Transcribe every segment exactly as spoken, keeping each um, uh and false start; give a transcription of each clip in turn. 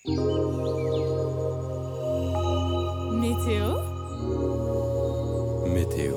Météo. Météo.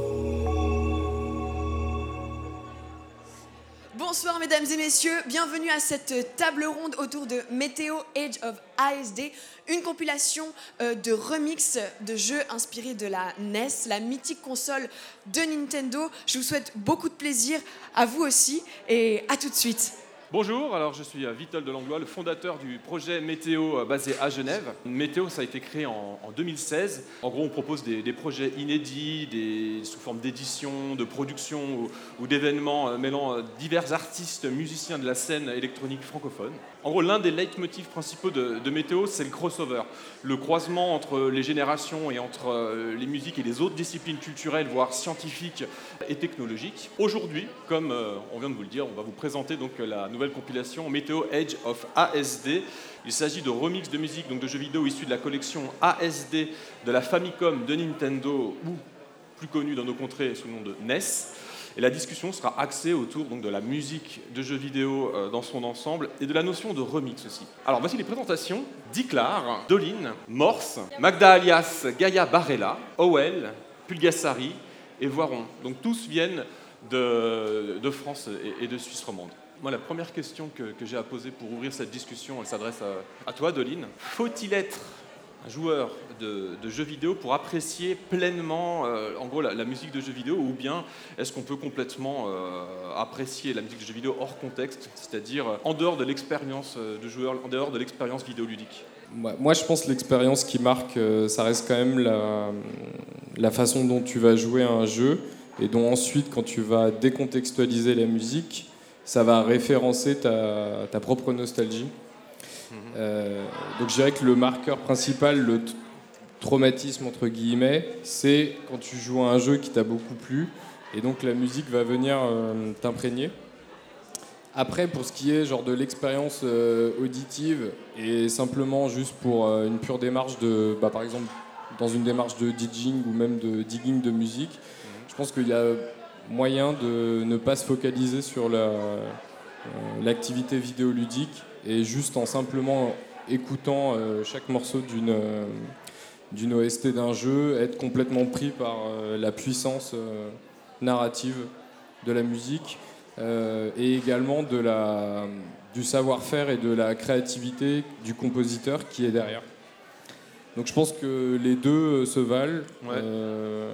Bonsoir mesdames et messieurs, bienvenue à cette table ronde autour de Météo Age of A S D, une compilation euh, de remix de jeux inspirés de la N E S, la mythique console de Nintendo. Je vous souhaite beaucoup de plaisir, à vous aussi, et à tout de suite. Bonjour, alors je suis Vitol Delanglois, le fondateur du projet Météo euh, basé à Genève. Météo, ça a été créé en, en deux mille seize. En gros, on propose des, des projets inédits, des, sous forme d'édition, de production ou, ou d'événements euh, mêlant euh, divers artistes, musiciens de la scène électronique francophone. En gros, l'un des leitmotifs principaux de, de Météo, c'est le crossover, le croisement entre les générations et entre euh, les musiques et les autres disciplines culturelles, voire scientifiques et technologiques. Aujourd'hui, comme euh, on vient de vous le dire, on va vous présenter donc la nouvelle compilation Météo Age of A S D. Il s'agit de remix de musique, donc de jeux vidéo issus de la collection A S D de la Famicom de Nintendo, ou plus connue dans nos contrées sous le nom de N E S. Et la discussion sera axée autour donc, de la musique de jeux vidéo euh, dans son ensemble et de la notion de remix aussi. Alors voici les présentations. Diclar, Doline, Morse, Magda alias Gaia Barella, Owell, Pulgasari et Voiron. Donc tous viennent de, de France et, et de Suisse romande. Moi, la première question que, que j'ai à poser pour ouvrir cette discussion, elle s'adresse à, à toi, Doline. Faut-il être un joueur de, de jeux vidéo pour apprécier pleinement, euh, en gros, la, la musique de jeux vidéo, ou bien est-ce qu'on peut complètement euh, apprécier la musique de jeux vidéo hors contexte, c'est-à-dire euh, en dehors de l'expérience de joueur, en dehors de l'expérience vidéoludique? Moi, je pense que l'expérience qui marque, ça reste quand même la, la façon dont tu vas jouer à un jeu, et dont ensuite, quand tu vas décontextualiser la musique, ça va référencer ta, ta propre nostalgie. Euh, donc je dirais que le marqueur principal, le t- traumatisme entre guillemets, c'est quand tu joues à un jeu qui t'a beaucoup plu, et donc la musique va venir euh, t'imprégner. Après, pour ce qui est genre de l'expérience euh, auditive, et simplement juste pour euh, une pure démarche de, bah, par exemple, dans une démarche de DJing ou même de digging de musique, mmh. je pense qu'il y a moyen de ne pas se focaliser sur la, euh, l'activité vidéoludique, et juste en simplement écoutant euh, chaque morceau d'une, euh, d'une O S T d'un jeu, être complètement pris par euh, la puissance euh, narrative de la musique, euh, et également de la, du savoir-faire et de la créativité du compositeur qui est derrière. Donc je pense que les deux se valent. Ouais. Euh,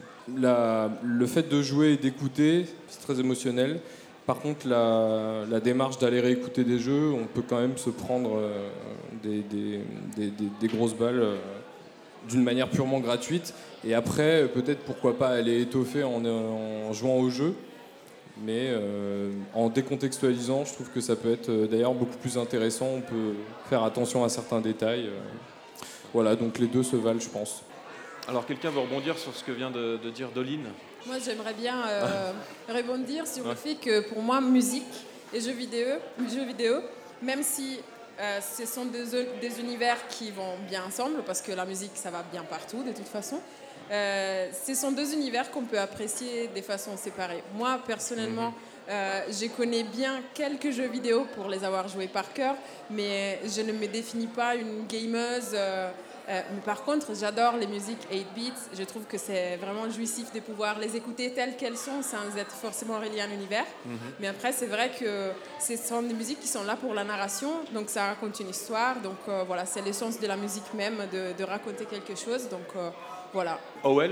la, le fait de jouer et d'écouter, c'est très émotionnel. Par contre, la, la démarche d'aller réécouter des jeux, on peut quand même se prendre euh, des, des, des, des, des grosses balles euh, d'une manière purement gratuite. Et après, peut-être pourquoi pas aller étoffer en, en jouant au jeu. Mais euh, en décontextualisant, je trouve que ça peut être euh, d'ailleurs beaucoup plus intéressant. On peut faire attention à certains détails. Euh, voilà, donc les deux se valent, je pense. Alors, quelqu'un veut rebondir sur ce que vient de, de dire Doline? Moi, j'aimerais bien euh, rebondir sur le fait que pour moi, musique et jeux vidéo, jeux vidéo même si euh, ce sont des, des univers qui vont bien ensemble, parce que la musique, ça va bien partout de toute façon, euh, ce sont deux univers qu'on peut apprécier de façon séparée. Moi, personnellement, euh, je connais bien quelques jeux vidéo pour les avoir joués par cœur, mais je ne me définis pas une gameuse. Euh, Euh, mais par contre, j'adore les musiques huit bits. Je trouve que c'est vraiment jouissif de pouvoir les écouter telles qu'elles sont sans être forcément reliées à un univers. Mm-hmm. Mais après, c'est vrai que ce sont des musiques qui sont là pour la narration, donc ça raconte une histoire. Donc euh, voilà, c'est l'essence de la musique même, de, de raconter quelque chose. Donc euh, voilà. Owell,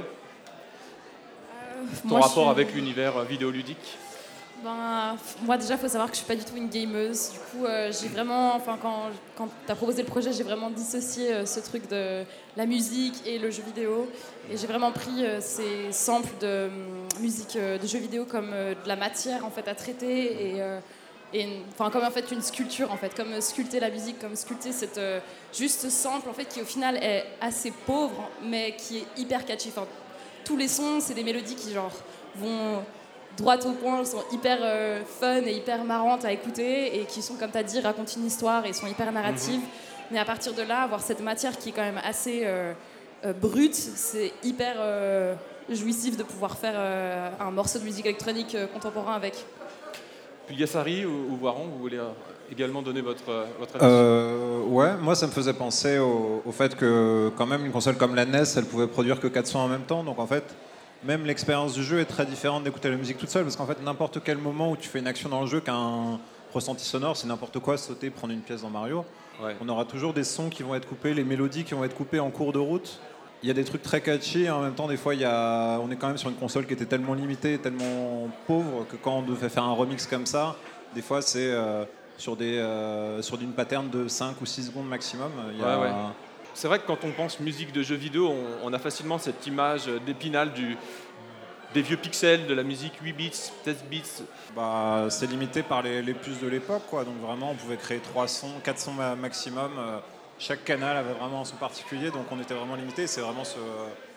euh, ton moi, rapport suis... avec l'univers vidéoludique? Ben, moi déjà il faut savoir que je suis pas du tout une gameuse, du coup euh, j'ai vraiment, enfin quand, quand tu as proposé le projet, j'ai vraiment dissocié euh, ce truc de la musique et le jeu vidéo, et j'ai vraiment pris euh, ces samples de euh, musique euh, de jeux vidéo comme euh, de la matière en fait à traiter, et, euh, et enfin comme en fait une sculpture en fait, comme sculpter la musique, comme sculpter cette euh, juste sample en fait qui au final est assez pauvre mais qui est hyper catchy. Enfin, tous les sons c'est des mélodies qui genre vont droit au point, sont hyper euh, fun et hyper marrantes à écouter, et qui sont, comme tu as dit, racontent une histoire et sont hyper narratives. Mmh. Mais à partir de là, avoir cette matière qui est quand même assez euh, euh, brute, c'est hyper euh, jouissif de pouvoir faire euh, un morceau de musique électronique euh, contemporain avec. Pulgasari ou, ou Voiron, vous voulez euh, également donner votre, votre avis? euh, Ouais, moi ça me faisait penser au, au fait que quand même une console comme la N E S, elle pouvait produire que quatre sons en même temps. Donc en fait, même l'expérience du jeu est très différente d'écouter la musique toute seule. Parce qu'en fait, n'importe quel moment où tu fais une action dans le jeu qu'un ressenti sonore, c'est n'importe quoi, sauter, prendre une pièce dans Mario. Ouais. On aura toujours des sons qui vont être coupés, les mélodies qui vont être coupées en cours de route. Il y a des trucs très catchy et en même temps, des fois, il y a... on est quand même sur une console qui était tellement limitée, tellement pauvre que quand on devait faire un remix comme ça, des fois c'est... Euh... sur, des, euh, sur une pattern de cinq ou six secondes maximum. Il y a... ouais, ouais. C'est vrai que quand on pense musique de jeux vidéo, on, on a facilement cette image d'Épinal du, des vieux pixels, de la musique huit bits, seize bits. Bah, c'est limité par les, les puces de l'époque, quoi. Donc vraiment, on pouvait créer trois sons, quatre sons maximum. Chaque canal avait vraiment un son particulier, donc on était vraiment limité. C'est vraiment ce...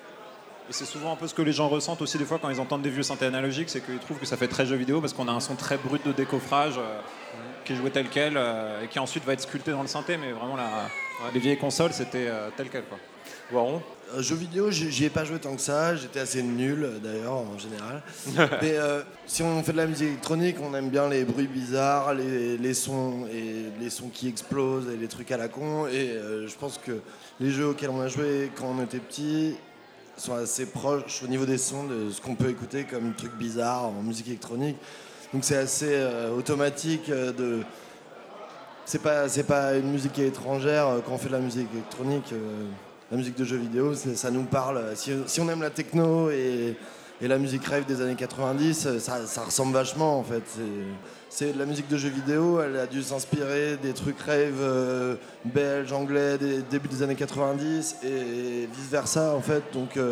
Et c'est souvent un peu ce que les gens ressentent aussi des fois quand ils entendent des vieux synthés analogiques, c'est qu'ils trouvent que ça fait très jeu vidéo parce qu'on a un son très brut de décoffrage euh, mmh. qui est joué tel quel euh, et qui ensuite va être sculpté dans le synthé, mais vraiment la, ouais. les vieilles consoles c'était euh, tel quel, quoi. Waron ? euh, Jeux vidéo, j'y ai pas joué tant que ça, j'étais assez nul d'ailleurs en général. Mais euh, si on fait de la musique électronique, on aime bien les bruits bizarres, les, les sons et les sons qui explosent et les trucs à la con. Et euh, je pense que les jeux auxquels on a joué quand on était petit sont assez proches au niveau des sons de ce qu'on peut écouter comme trucs bizarres en musique électronique. Donc c'est assez euh, automatique euh, de... C'est pas, c'est pas une musique qui est étrangère euh, quand on fait de la musique électronique. Euh, la musique de jeux vidéo, ça nous parle. Si, si on aime la techno et, et la musique rave des années quatre-vingt-dix, ça, ça ressemble vachement en fait. C'est de la musique de jeux vidéo, elle a dû s'inspirer des trucs rave euh, belges, anglais, des début des années quatre-vingt-dix et vice versa en fait. Donc euh,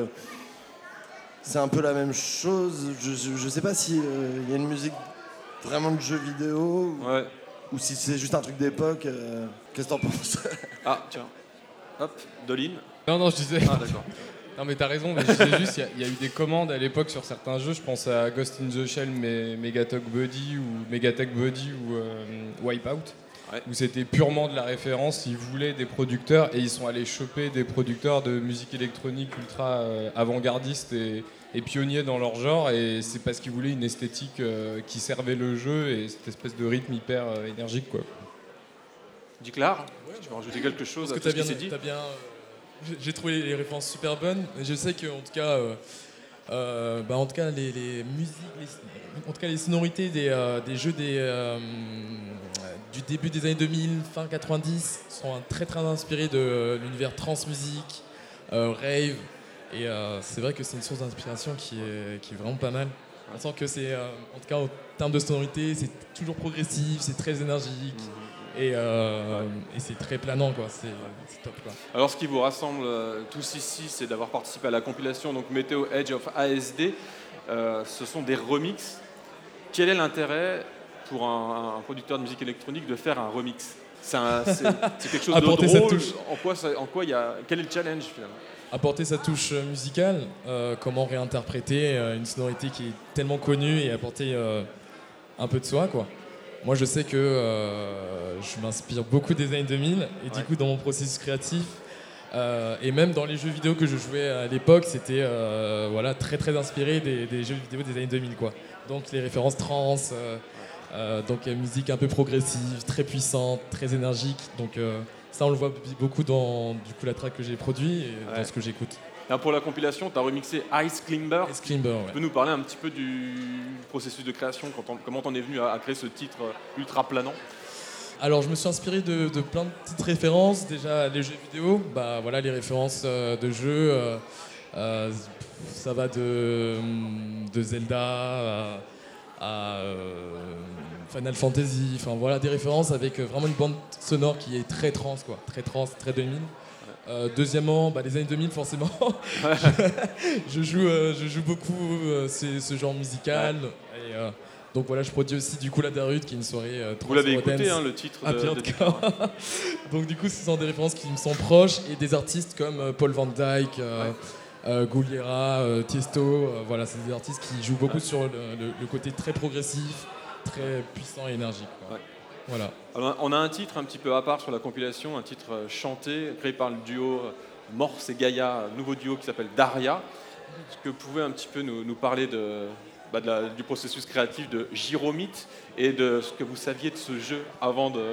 c'est un peu la même chose. Je, je, je sais pas si euh, y a une musique vraiment de jeux vidéo ouais. ou si c'est juste un truc d'époque. Euh, Qu'est-ce que t'en penses? Ah tiens, hop, Doline. Non non, je disais. Ah d'accord. Non mais t'as raison, mais je disais juste, il y, y a eu des commandes à l'époque sur certains jeux, je pense à Ghost in the Shell, mais Megatech Buddy ou Megatech Buddy ou euh, Wipeout, ouais. où c'était purement de la référence, ils voulaient des producteurs et ils sont allés choper des producteurs de musique électronique ultra euh, avant-gardistes et, et pionniers dans leur genre, et c'est parce qu'ils voulaient une esthétique euh, qui servait le jeu et cette espèce de rythme hyper euh, énergique, quoi. Diclar, ouais, tu veux rajouter quelque chose à tout ce qui s'est dit? T'as bien... J'ai trouvé les références super bonnes. Je sais que en tout cas, euh, euh, bah en tout cas les, les musiques, les, en tout cas les sonorités des, euh, des jeux des, euh, du début des années deux mille, fin quatre-vingt-dix, sont très très inspirés de euh, l'univers trance musique, euh, rave. Et euh, c'est vrai que c'est une source d'inspiration qui est, qui est vraiment pas mal. On sent que c'est, euh, en tout cas en termes de sonorité, c'est toujours progressif, c'est très énergique. Mmh. Et, euh, et c'est très planant, quoi. C'est, c'est top, quoi. Alors, ce qui vous rassemble euh, tous ici, c'est d'avoir participé à la compilation donc Meteo Age of A S D. Euh, ce sont des remixes. Quel est l'intérêt pour un, un producteur de musique électronique de faire un remix? C'est, un, c'est, c'est quelque chose de drôle. Sa touche. En quoi, ça, en quoi il y a, quel est le challenge finalement? Apporter sa touche musicale, euh, comment réinterpréter euh, une sonorité qui est tellement connue et apporter euh, un peu de soi, quoi. Moi, je sais que euh, je m'inspire beaucoup des années deux mille et ouais. du coup, dans mon processus créatif, euh, et même dans les jeux vidéo que je jouais à l'époque, c'était euh, voilà, très très inspiré des, des jeux vidéo des années deux mille, quoi. Donc les références trance, euh, euh, donc musique un peu progressive, très puissante, très énergique. Donc euh, ça, on le voit beaucoup dans du coup la track que j'ai produit et ouais. dans ce que j'écoute. Alors pour la compilation, tu as remixé Ice Climber. Ice Climber, ouais. Tu peux nous parler un petit peu du processus de création, quand on, comment t'en es venu à, à créer ce titre ultra planant? Alors je me suis inspiré de, de plein de petites références. Déjà les jeux vidéo, bah voilà les références euh, de jeux. Euh, euh, ça va de, de Zelda à, à euh, Final Fantasy. Enfin voilà des références avec vraiment une bande sonore qui est très trance, quoi, très trance, très deux mille. Euh, deuxièmement, bah, les années deux mille forcément, je, joue, euh, je joue beaucoup euh, ce, ce genre musical. Ouais. Et, euh, donc voilà, je produis aussi du coup la Darude qui est une soirée euh, Vous l'avez écouté hein, le titre de, de, de donc du coup ce sont des références qui me sont proches et des artistes comme euh, Paul Van Dyk, euh, ouais. euh, Gouliera, euh, Tiesto. Euh, voilà, c'est des artistes qui jouent beaucoup ouais. sur le, le, le côté très progressif, très puissant et énergique, quoi. Ouais. Voilà. Alors, on a un titre un petit peu à part sur la compilation, un titre chanté, créé par le duo Morse et Gaïa, un nouveau duo qui s'appelle Daria. Est-ce que vous pouvez un petit peu nous, nous parler de, bah de la, du processus créatif de Gyromite et de ce que vous saviez de ce jeu avant de,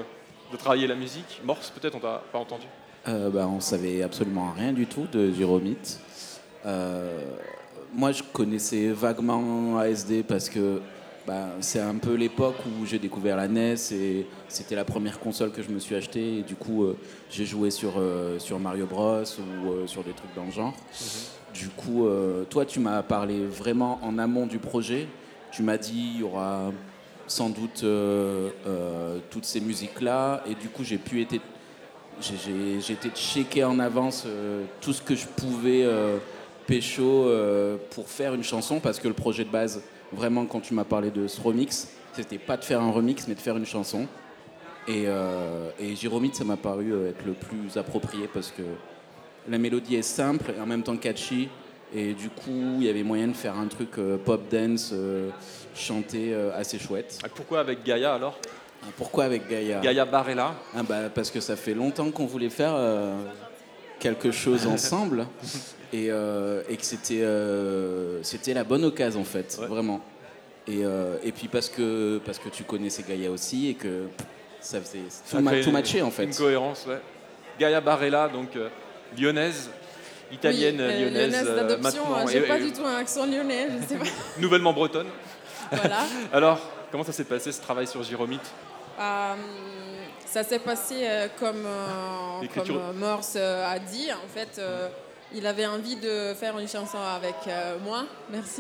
de travailler la musique. Morse, peut-être, on t'a pas entendu. Euh, bah, on savait absolument rien du tout de Jérômite. Euh, moi, je connaissais vaguement A S D parce que bah, c'est un peu l'époque où j'ai découvert la N E S et c'était la première console que je me suis achetée. Et du coup, euh, j'ai joué sur, euh, sur Mario Bros ou euh, sur des trucs dans le genre. Mm-hmm. Du coup, euh, toi, tu m'as parlé vraiment en amont du projet. Tu m'as dit il y aura sans doute euh, euh, toutes ces musiques-là. Et du coup, j'ai pu être... J'ai, j'ai, j'ai été checké en avance euh, tout ce que je pouvais euh, pécho euh, pour faire une chanson, parce que le projet de base, vraiment, quand tu m'as parlé de ce remix, c'était pas de faire un remix, mais de faire une chanson. Et, euh, et Jérômite, ça m'a paru euh, être le plus approprié, parce que la mélodie est simple et en même temps catchy. Et du coup, il y avait moyen de faire un truc euh, pop dance, euh, chanté, euh, assez chouette. Pourquoi avec Gaïa alors ? Pourquoi avec Gaïa ? Gaïa Barella. Ah bah, parce que ça fait longtemps qu'on voulait faire euh, quelque chose ensemble et, euh, et que c'était, euh, c'était la bonne occasion en fait, ouais. Vraiment. Et, euh, et puis parce que, parce que tu connaissais Gaïa aussi et que ça faisait tout, ma, tout matché en fait. Une cohérence, ouais. Gaïa Barella, donc euh, lyonnaise, italienne, oui, euh, lyonnaise. Lyonnaise d'adoption, euh, j'ai et, pas et, du tout un accent lyonnais, je sais pas. Nouvellement bretonne. Voilà. Alors, comment ça s'est passé ce travail sur Jérômite ? Euh, ça s'est passé euh, comme, euh, comme euh, Morse euh, a dit. En fait, euh, il avait envie de faire une chanson avec euh, moi. Merci.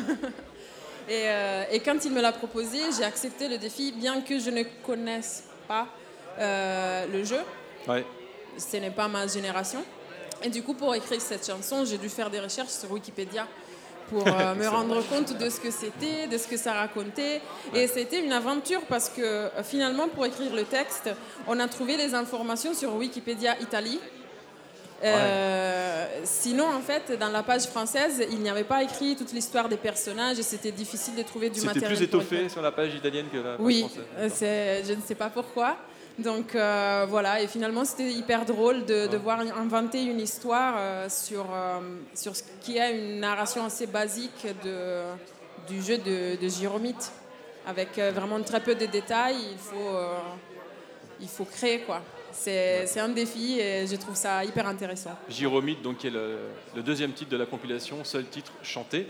et, euh, et quand il me l'a proposé, j'ai accepté le défi, bien que je ne connaisse pas euh, le jeu. Ouais. Ce n'est pas ma génération. Et du coup, pour écrire cette chanson, j'ai dû faire des recherches sur Wikipédia pour euh, me rendre compte de ce que c'était, de ce que ça racontait. Et c'était une aventure parce que euh, finalement, pour écrire le texte, on a trouvé les informations sur Wikipédia Italie. Euh, ouais. Sinon, en fait, dans la page française, il n'y avait pas écrit toute l'histoire des personnages et c'était difficile de trouver du c'était matériel. C'était plus étoffé sur la page italienne que la page oui, française. Oui, c'est, je ne sais pas pourquoi. Donc euh, voilà, et finalement c'était hyper drôle de, de voir inventer une histoire euh, sur, euh, sur ce qui est une narration assez basique de, du jeu de, de Jérômite, avec euh, vraiment très peu de détails. Il faut, euh, il faut créer quoi. C'est, c'est un défi et je trouve ça hyper intéressant. Jérômite, donc, qui est le, le deuxième titre de la compilation, seul titre chanté.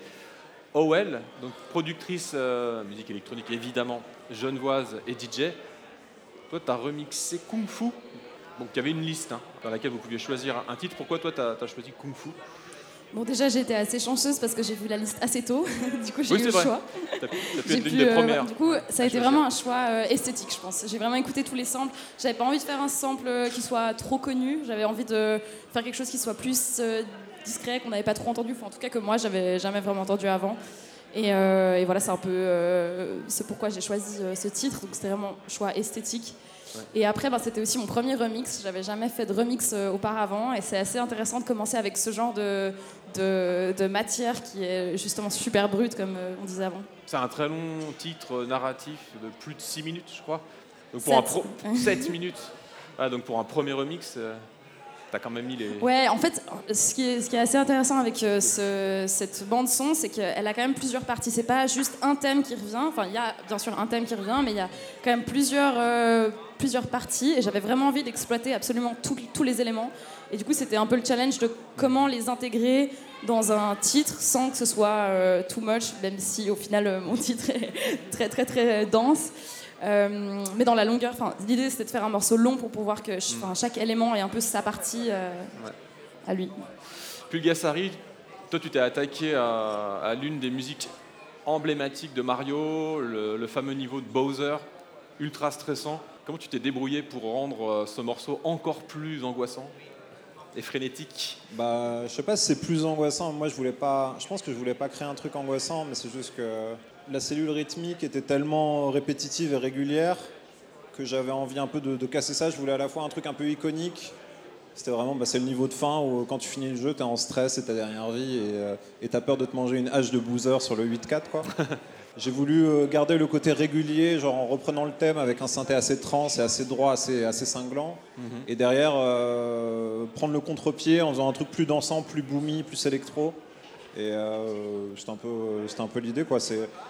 O L, donc productrice euh, musique électronique évidemment, genevoise et D J. Toi, tu as remixé Kung Fu. Donc, il y avait une liste hein, dans laquelle vous pouviez choisir un titre. Pourquoi toi, tu as choisi Kung Fu ? Bon, déjà, j'ai été assez chanceuse parce que j'ai vu la liste assez tôt. Du coup, j'ai oui, eu le vrai. choix. Tu as pu être l'une des premières. Euh, du coup, ça a été vraiment un choix euh, esthétique, je pense. J'ai vraiment écouté tous les samples. J'avais pas envie de faire un sample qui soit trop connu. J'avais envie de faire quelque chose qui soit plus euh, discret, qu'on n'avait pas trop entendu. Enfin, en tout cas, que moi, j'avais jamais vraiment entendu avant. Et, euh, et voilà, c'est un peu euh, c'est pourquoi j'ai choisi euh, ce titre. Donc, c'était vraiment un choix esthétique. Ouais. Et après, ben, c'était aussi mon premier remix. J'avais jamais fait de remix euh, auparavant. Et c'est assez intéressant de commencer avec ce genre de, de, de matière qui est justement super brute, comme euh, on disait avant. C'est un très long titre narratif de plus de six minutes, je crois. Donc pour sept. Un pro... sept minutes. Ah, donc pour un premier remix, euh, t'as quand même mis les... Ouais, en fait, ce qui est, ce qui est assez intéressant avec euh, ce, cette bande-son, c'est qu'elle a quand même plusieurs parties. C'est pas juste un thème qui revient. Enfin, il y a bien sûr un thème qui revient, mais il y a quand même plusieurs... Euh, plusieurs parties et j'avais vraiment envie d'exploiter absolument tout, tous les éléments et du coup c'était un peu le challenge de comment les intégrer dans un titre sans que ce soit euh, too much, même si au final euh, mon titre est très très très dense euh, mais dans la longueur, l'idée c'était de faire un morceau long pour pouvoir que chaque élément ait un peu sa partie euh, ouais. à lui. Pulgasari, toi tu t'es attaqué à, à l'une des musiques emblématiques de Mario, le, le fameux niveau de Bowser ultra stressant. Comment tu t'es débrouillé pour rendre ce morceau encore plus angoissant et frénétique ? Bah, je sais pas si c'est plus angoissant. Moi, je voulais pas. Je pense que je voulais pas créer un truc angoissant, mais c'est juste que la cellule rythmique était tellement répétitive et régulière que j'avais envie un peu de, de casser ça. Je voulais à la fois un truc un peu iconique. C'était vraiment, bah, c'est le niveau de fin où quand tu finis le jeu, t'es en stress et ta dernière vie et, euh, et t'as peur de te manger une hache de boozer sur le huit quatre, quoi. J'ai voulu garder le côté régulier, genre en reprenant le thème avec un synthé assez trance et assez droit, assez, assez cinglant. Mm-hmm. Et derrière, euh, prendre le contre-pied en faisant un truc plus dansant, plus boomy, plus électro. Et euh, c'était un peu, c'était un peu l'idée, quoi. C'est...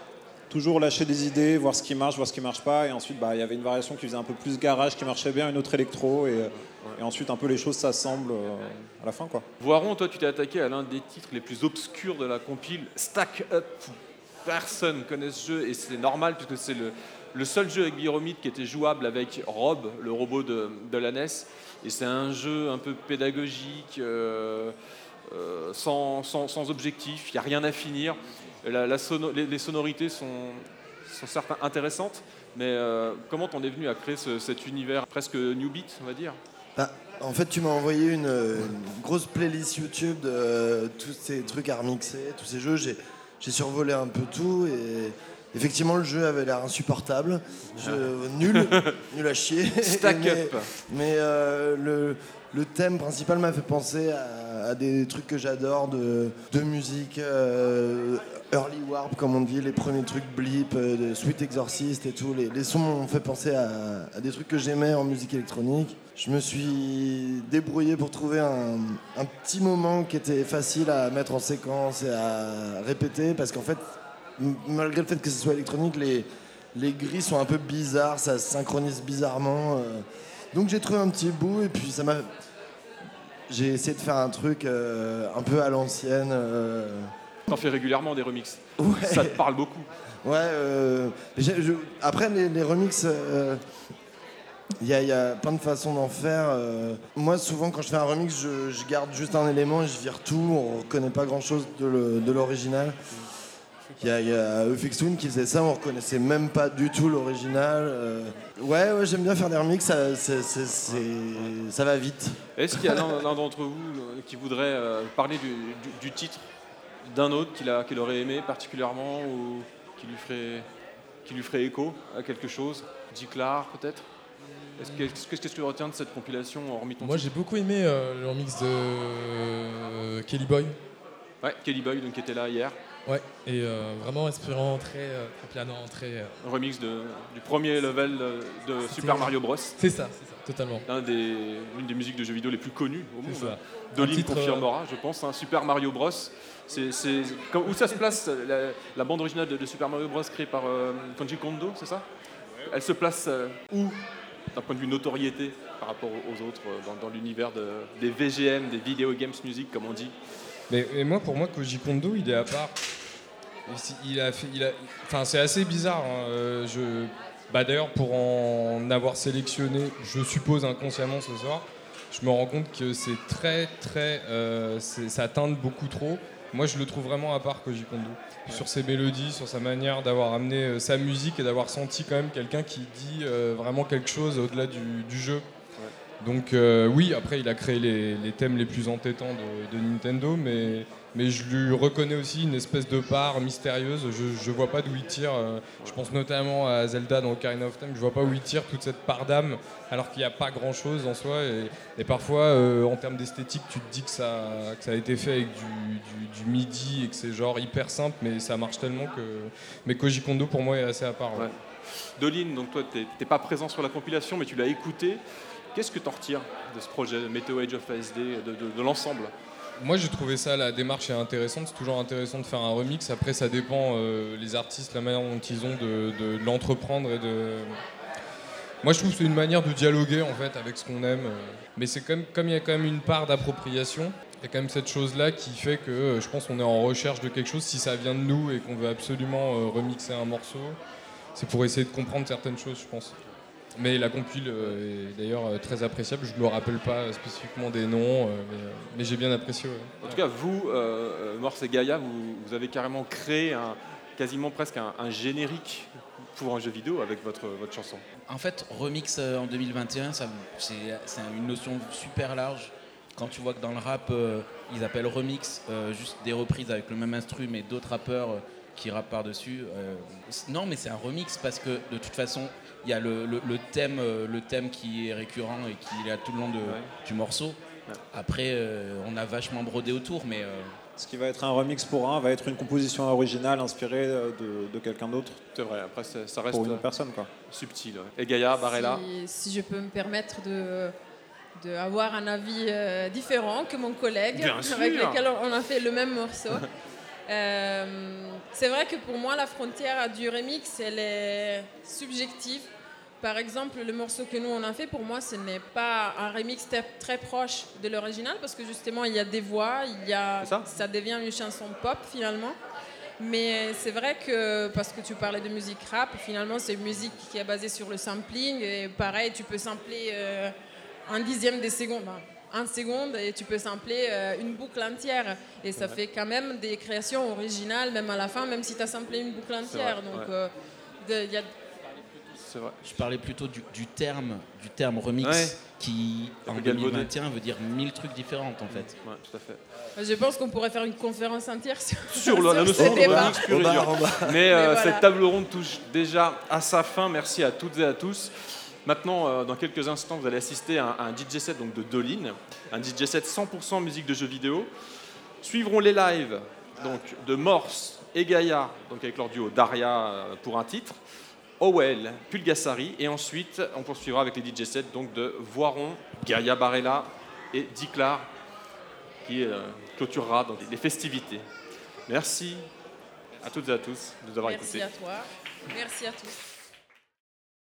toujours lâcher des idées, voir ce qui marche, voir ce qui marche pas. Et ensuite, bah, il y avait une variation qui faisait un peu plus garage, qui marchait bien, une autre électro. Et, ouais. et ensuite, un peu les choses s'assemblent euh, à la fin, quoi. Voiron, toi, tu t'es attaqué à l'un des titres les plus obscurs de la compile, Stack Up. Personne connaît ce jeu et c'est normal puisque c'est le, le seul jeu avec Viromite qui était jouable avec Rob, le robot de, de la N E S. Et c'est un jeu un peu pédagogique, euh, euh, sans, sans, sans objectif, il n'y a rien à finir. La, la sono, les, les sonorités sont, sont certes intéressantes, mais euh, comment t'en es venu à créer ce, cet univers presque new beat, on va dire? Bah, en fait, tu m'as envoyé une, une grosse playlist YouTube de euh, tous ces trucs à remixer, tous ces jeux. J'ai, j'ai survolé un peu tout et effectivement, le jeu avait l'air insupportable, je, nul, nul à chier. Stack mais, up. Mais euh, le, le thème principal m'a fait penser à, à des trucs que j'adore de, de musique. Euh, Early Warp, comme on dit, les premiers trucs Blip, euh, de Sweet Exorcist et tout. Les, les sons m'ont fait penser à, à des trucs que j'aimais en musique électronique. Je me suis débrouillé pour trouver un, un petit moment qui était facile à mettre en séquence et à répéter, parce qu'en fait, m- malgré le fait que ce soit électronique, les, les grilles sont un peu bizarres, ça se synchronise bizarrement. Euh. Donc j'ai trouvé un petit bout et puis ça m'a... J'ai essayé de faire un truc euh, un peu à l'ancienne. Euh. T'en fais régulièrement des remixes. Ouais. Ça te parle beaucoup. Ouais. Euh, j'ai- je- après, les, les remixes, il y, y a plein de façons d'en faire. Euh. Moi, souvent, quand je fais un remix, je, je garde juste un élément et je vire tout. On ne reconnaît pas grand-chose de, le, de l'original. Il y a, y a E F X Twin qui faisait ça, on ne reconnaissait même pas du tout l'original. Euh. Ouais, ouais, j'aime bien faire des remixes, ça, c'est, c'est, c'est, ça va vite. Est-ce qu'il y a l'un, l'un d'entre vous euh, qui voudrait euh, parler du, du, du titre d'un autre qu'il, a, qu'il aurait aimé particulièrement ou qui lui ferait, qui lui ferait écho à quelque chose? Diclar peut-être? Est-ce que, qu'est-ce, qu'est-ce que tu retiens de cette compilation hormis ton Moi titre? j'ai beaucoup aimé euh, le remix de euh, Kelly Boy. Ouais, Kelly Boy donc, qui était là hier. Ouais, et euh, vraiment inspirant, très, euh, très planant, très... euh, Un remix de, du premier level de, de C'était- Super Mario Bros. C'est ça, c'est ça, totalement. L'un des, l'une des musiques de jeux vidéo les plus connues au monde. C'est ça. Doline Un titre, confirmera, je pense. Hein, Super Mario Bros. C'est, c'est, comme- où ça se place, la, la bande originale de, de Super Mario Bros. Créée par euh, Koji Kondo, c'est ça? Elle se place euh, où, d'un point de vue notoriété, par rapport aux autres, euh, dans, dans l'univers de, des V G M, des Video Games Music, comme on dit? Mais, mais moi, pour moi, Koji Kondo, il est à part. Il a fait, il a, enfin, c'est assez bizarre. Hein. Euh, je, bah d'ailleurs, pour en avoir sélectionné, je suppose inconsciemment ce soir, je me rends compte que c'est très, très, euh, c'est, ça teinte beaucoup trop. Moi, je le trouve vraiment à part, Koji Kondo, sur ses mélodies, sur sa manière d'avoir amené euh, sa musique et d'avoir senti quand même quelqu'un qui dit euh, vraiment quelque chose au-delà du, du jeu. Donc euh, oui, après il a créé les, les thèmes les plus entêtants de, de Nintendo, mais, mais je lui reconnais aussi une espèce de part mystérieuse. Je ne vois pas d'où il tire. euh, je pense notamment à Zelda dans Ocarina of Time. Je vois pas où il tire toute cette part d'âme, alors qu'il n'y a pas grand-chose en soi. Et, et parfois, euh, en termes d'esthétique, tu te dis que ça, que ça a été fait avec du, du, du MIDI et que c'est genre hyper simple, mais ça marche tellement que... Mais Koji Kondo, pour moi, est assez à part. Ouais. Ouais. Doline, donc toi, tu n'es pas présent sur la compilation, mais tu l'as écouté. Qu'est-ce que tu en retires de ce projet Meteo Age of A S D, de, de, de l'ensemble? Moi j'ai trouvé ça, la démarche est intéressante, c'est toujours intéressant de faire un remix, après ça dépend euh, les artistes, la manière dont ils ont de, de l'entreprendre et de... Moi je trouve que c'est une manière de dialoguer en fait avec ce qu'on aime, mais c'est comme, comme il y a quand même une part d'appropriation, il y a quand même cette chose là qui fait que euh, je pense qu'on est en recherche de quelque chose, si ça vient de nous et qu'on veut absolument euh, remixer un morceau, c'est pour essayer de comprendre certaines choses je pense. Mais la compile euh, est d'ailleurs euh, très appréciable. Je ne me rappelle pas euh, spécifiquement des noms, euh, mais, euh, mais j'ai bien apprécié. Ouais. En tout cas, vous, euh, Morse et Gaïa, vous, vous avez carrément créé un, quasiment presque un, un générique pour un jeu vidéo avec votre, votre chanson. En fait, remix euh, en deux mille vingt et un, ça, c'est, c'est une notion super large. Quand tu vois que dans le rap, euh, ils appellent remix euh, juste des reprises avec le même instru, mais d'autres rappeurs euh, qui rappent par-dessus. Euh, non, mais c'est un remix parce que de toute façon, il y a le, le, le, thème, euh, le thème qui est récurrent et qui est là tout le long de, ouais. du morceau. Ouais. Après, euh, on a vachement brodé autour, mais... Euh... Ce qui va être un remix pour un va être une composition originale inspirée de, de quelqu'un d'autre. C'est vrai, après ça reste pour une personne, quoi. Subtil. Ouais. Et Gaïa, Barella si, si je peux me permettre de... d'avoir un avis euh, différent que mon collègue, Bien avec sûr. lequel on a fait le même morceau. Euh, c'est vrai que pour moi, la frontière du remix, elle est subjective. Par exemple, le morceau que nous on a fait, pour moi, ce n'est pas un remix très, très proche de l'original parce que justement, il y a des voix, il y a, ça, ça devient une chanson pop finalement. Mais c'est vrai que, parce que tu parlais de musique rap, finalement, c'est une musique qui est basée sur le sampling. Et pareil, tu peux sampler euh, un dixième des secondes, ben, un seconde, et tu peux sampler euh, une boucle entière. Et ça ouais. fait quand même des créations originales, même à la fin, même si tu as samplé une boucle entière. Vrai, Donc, ouais. euh, de, y a... C'est vrai. Je parlais plutôt du, du terme, du terme remix, ouais. qui en deux mille vingt et un veut dire mille trucs différents en fait. Ouais, tout à fait. Je pense qu'on pourrait faire une conférence entière sur, sur la notion de remix pur et dur. Mais, Mais euh, voilà. cette table ronde touche déjà à sa fin. Merci à toutes et à tous. Maintenant, euh, dans quelques instants, vous allez assister à un, à un D J set donc, de Doline, un D J set cent pour cent musique de jeux vidéo. Suivront les lives donc, de Morse et Gaïa, donc avec leur duo Daria pour un titre. Owell, Pulgasari, et ensuite on poursuivra avec les D J sets donc de Voiron, Gaïa Barella et Diclar qui euh, clôturera donc, les festivités. Merci à toutes et à tous de nous avoir Merci écoutés. Merci à toi. Merci à tous.